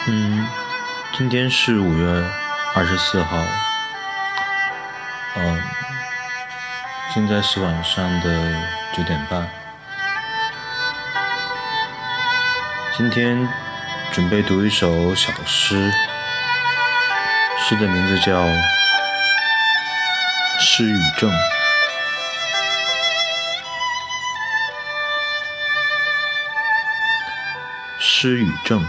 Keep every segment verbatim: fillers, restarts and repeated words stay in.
嗯，今天是五月二十四号，嗯，现在是晚上的九点半。今天准备读一首小诗，诗的名字叫《失语症》。失语症，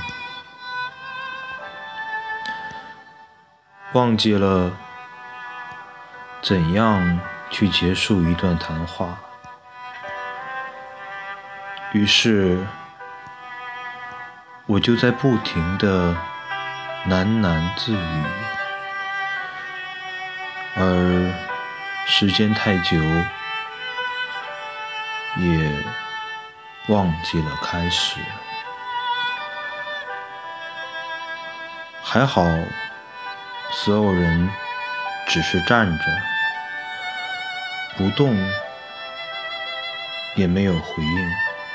忘记了怎样去结束一段谈话，于是我就在不停地喃喃自语，而时间太久，也忘记了开始。还好，所有人只是站着，不动，也没有回应，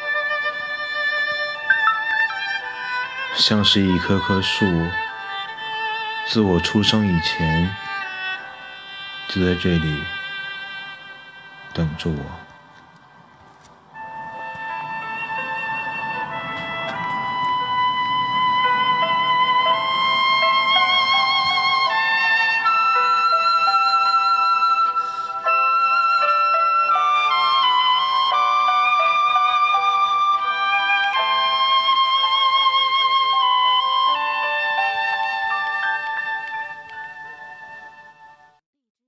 像是一棵棵树，自我出生以前，就在这里等着我。